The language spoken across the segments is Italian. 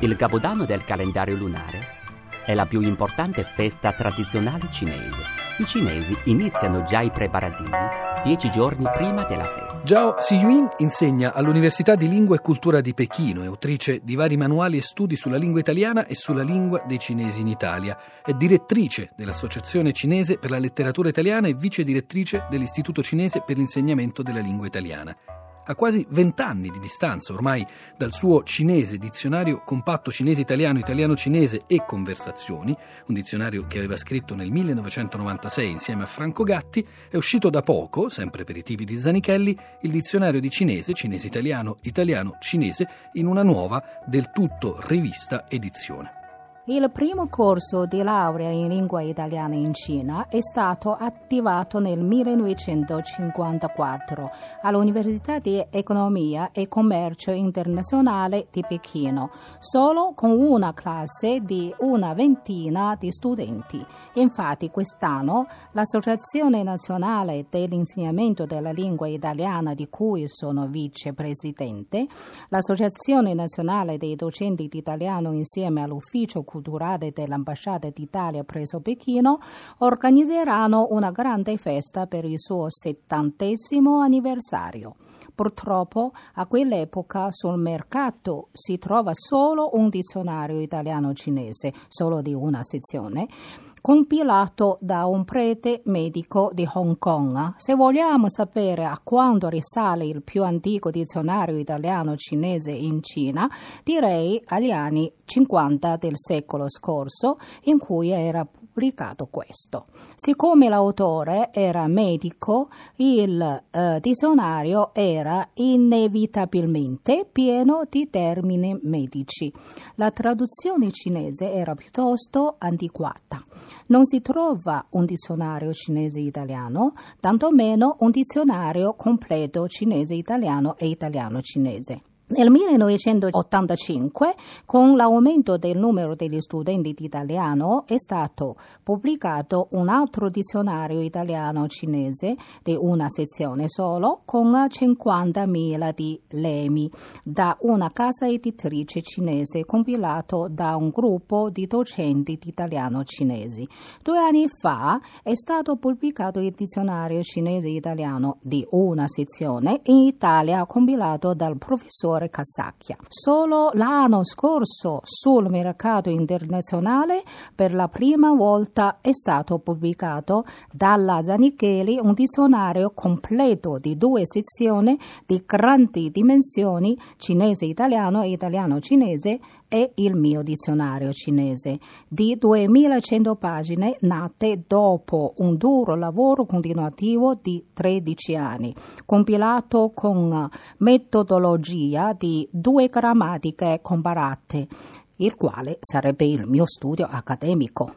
Il Capodanno del calendario lunare è la più importante festa tradizionale cinese. I cinesi iniziano già i preparativi 10 giorni prima della festa. Zhao Ziyun insegna all'Università di Lingua e Cultura di Pechino, è autrice di vari manuali e studi sulla lingua italiana e sulla lingua dei cinesi in Italia. È direttrice dell'Associazione Cinese per la Letteratura Italiana e vice direttrice dell'Istituto Cinese per l'insegnamento della lingua italiana. A quasi 20 anni di distanza ormai dal suo cinese dizionario compatto cinese-italiano, italiano-cinese e conversazioni, un dizionario che aveva scritto nel 1996 insieme a Franco Gatti, è uscito da poco, sempre per i tipi di Zanichelli, il dizionario di cinese, cinese-italiano, italiano-cinese, in una nuova, del tutto rivista edizione. Il primo corso di laurea in lingua italiana in Cina è stato attivato nel 1954 all'Università di Economia e Commercio Internazionale di Pechino, solo con una classe di una ventina di studenti. Infatti quest'anno l'Associazione Nazionale dell'Insegnamento della Lingua Italiana, di cui sono vicepresidente, l'Associazione Nazionale dei Docenti di Italiano insieme all'Ufficio Culturale dell'Ambasciata d'Italia presso Pechino organizzeranno una grande festa per il suo 70° anniversario. Purtroppo a quell'epoca sul mercato si trova solo un dizionario italiano-cinese, solo di una sezione, compilato da un prete medico di Hong Kong. Se vogliamo sapere a quando risale il più antico dizionario italiano-cinese in Cina, direi agli anni 50 del secolo scorso, in cui era pubblicato questo. Siccome l'autore era medico, il dizionario era inevitabilmente pieno di termini medici. La traduzione cinese era piuttosto antiquata. Non si trova un dizionario cinese-italiano, tantomeno un dizionario completo cinese-italiano e italiano-cinese. Nel 1985, con l'aumento del numero degli studenti di italiano, è stato pubblicato un altro dizionario italiano-cinese di una sezione solo, con 50.000 di lemmi, da una casa editrice cinese compilato da un gruppo di docenti di italiano-cinesi. 2 anni fa è stato pubblicato il dizionario cinese-italiano di una sezione in Italia compilato dal professore Casacchia. Solo l'anno scorso sul mercato internazionale per la prima volta è stato pubblicato dalla Zanichelli un dizionario completo di 2 sezioni di grandi dimensioni, cinese-italiano e italiano-cinese, e il mio dizionario cinese di 2100 pagine nate dopo un duro lavoro continuativo di 13 anni, compilato con metodologia di 2 grammatiche comparate, il quale sarebbe il mio studio accademico.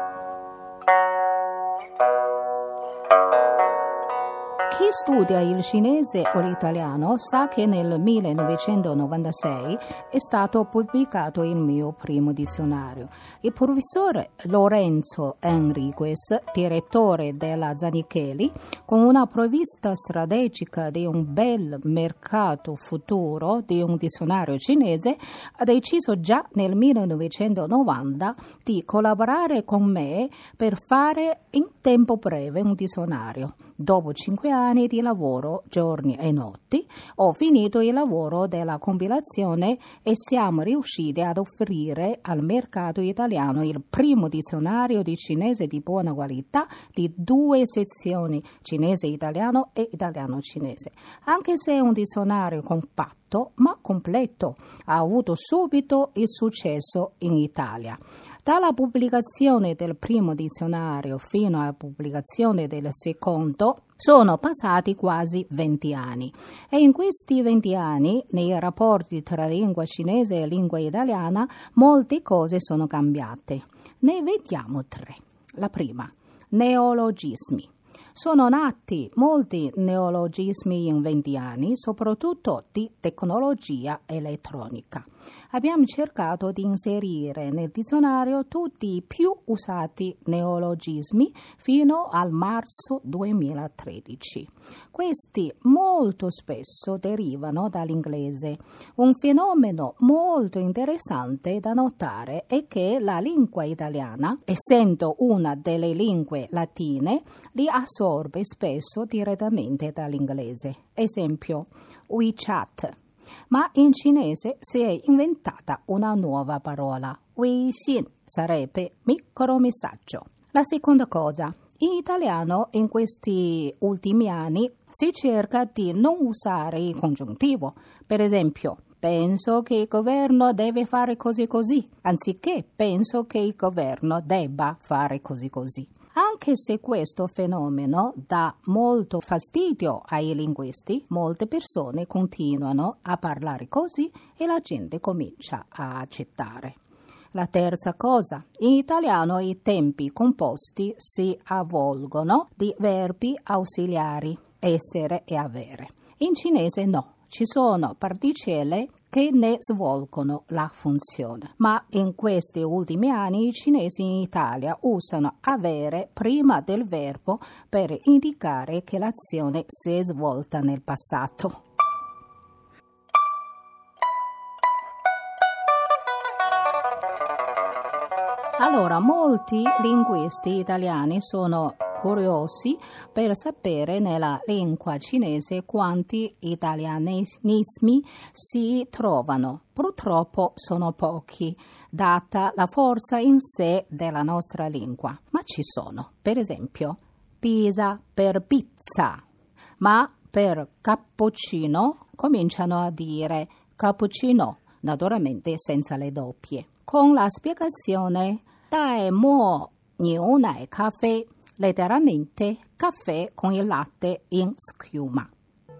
Chi studia il cinese o l'italiano sa che nel 1996 è stato pubblicato il mio primo dizionario. Il professore Lorenzo Enriquez, direttore della Zanichelli, con una provvista strategica di un bel mercato futuro di un dizionario cinese, ha deciso già nel 1990 di collaborare con me per fare in tempo breve un dizionario. Dopo 5 anni di lavoro, giorni e notti, ho finito il lavoro della compilazione e siamo riusciti ad offrire al mercato italiano il primo dizionario di cinese di buona qualità di 2 sezioni, cinese-italiano e italiano-cinese. Anche se è un dizionario compatto ma completo, ha avuto subito il successo in Italia. Dalla pubblicazione del primo dizionario fino alla pubblicazione del secondo sono passati quasi 20 anni e in questi 20 anni, nei rapporti tra lingua cinese e lingua italiana, molte cose sono cambiate. Ne vediamo 3. La prima, neologismi. Sono nati molti neologismi in 20 anni, soprattutto di tecnologia elettronica. Abbiamo cercato di inserire nel dizionario tutti i più usati neologismi fino al marzo 2013. Questi molto spesso derivano dall'inglese. Un fenomeno molto interessante da notare è che la lingua italiana, essendo una delle lingue latine, li assorbe spesso direttamente dall'inglese. Esempio, WeChat. Ma in cinese si è inventata una nuova parola. Weixin sarebbe micromessaggio. La seconda cosa, in italiano in questi ultimi anni si cerca di non usare il congiuntivo. Per esempio, penso che il governo deve fare così così, anziché penso che il governo debba fare così così. Anche se questo fenomeno dà molto fastidio ai linguisti, molte persone continuano a parlare così e la gente comincia a accettare. La terza cosa, in italiano i tempi composti si avvolgono di verbi ausiliari, essere e avere. In cinese no. Ci sono particelle che ne svolgono la funzione, ma in questi ultimi anni i cinesi in Italia usano avere prima del verbo per indicare che l'azione si è svolta nel passato. Allora, molti linguisti italiani sono curiosi per sapere nella lingua cinese quanti italianismi si trovano. Purtroppo sono pochi, data la forza in sé della nostra lingua, ma ci sono. Per esempio, pizza per pizza, ma per cappuccino cominciano a dire cappuccino, naturalmente senza le doppie. Con la spiegazione dai mo niu nai caffè, letteralmente caffè con il latte in schiuma.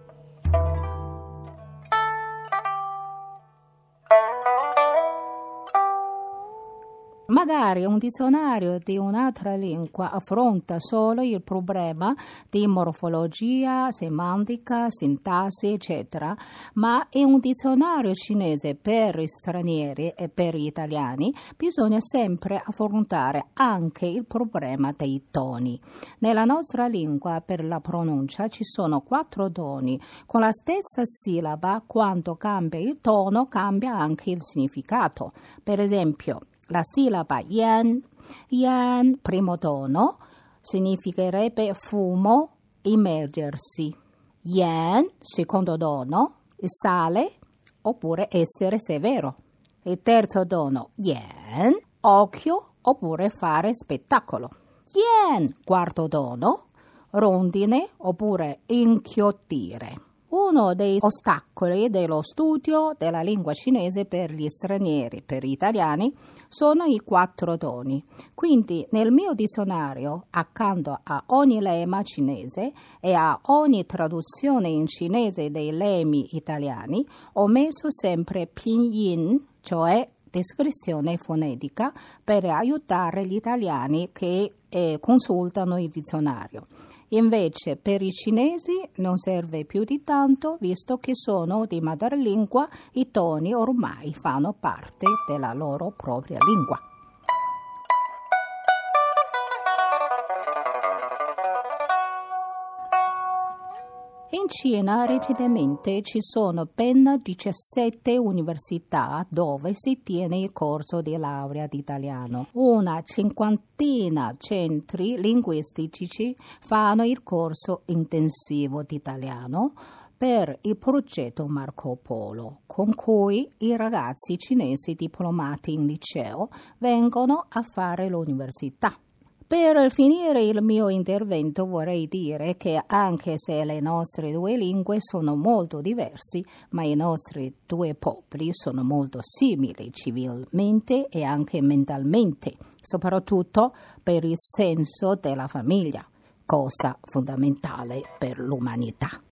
Magari un dizionario di un'altra lingua affronta solo il problema di morfologia, semantica, sintassi, eccetera, ma in un dizionario cinese per gli stranieri e per gli italiani bisogna sempre affrontare anche il problema dei toni. Nella nostra lingua per la pronuncia ci sono 4 toni. Con la stessa sillaba, quando cambia il tono, cambia anche il significato. Per esempio, la sillaba yan, primo tono, significherebbe fumo, immergersi. Yan, secondo tono, sale, oppure essere severo. Il terzo tono, yan, occhio, oppure fare spettacolo. Yan, quarto tono, rondine, oppure inchiottire. Uno dei ostacoli dello studio della lingua cinese per gli stranieri, per gli italiani, sono i 4 toni. Quindi nel mio dizionario, accanto a ogni lemma cinese e a ogni traduzione in cinese dei lemmi italiani, ho messo sempre pinyin, cioè descrizione fonetica, per aiutare gli italiani che consultano il dizionario. Invece per i cinesi non serve più di tanto, visto che sono di madrelingua, i toni ormai fanno parte della loro propria lingua. In Cina recentemente ci sono ben 17 università dove si tiene il corso di laurea di italiano. Una 50 centri linguistici fanno il corso intensivo di italiano per il progetto Marco Polo, con cui i ragazzi cinesi diplomati in liceo vengono a fare l'università. Per finire il mio intervento vorrei dire che anche se le nostre 2 lingue sono molto diverse, ma i nostri 2 popoli sono molto simili civilmente e anche mentalmente, soprattutto per il senso della famiglia, cosa fondamentale per l'umanità.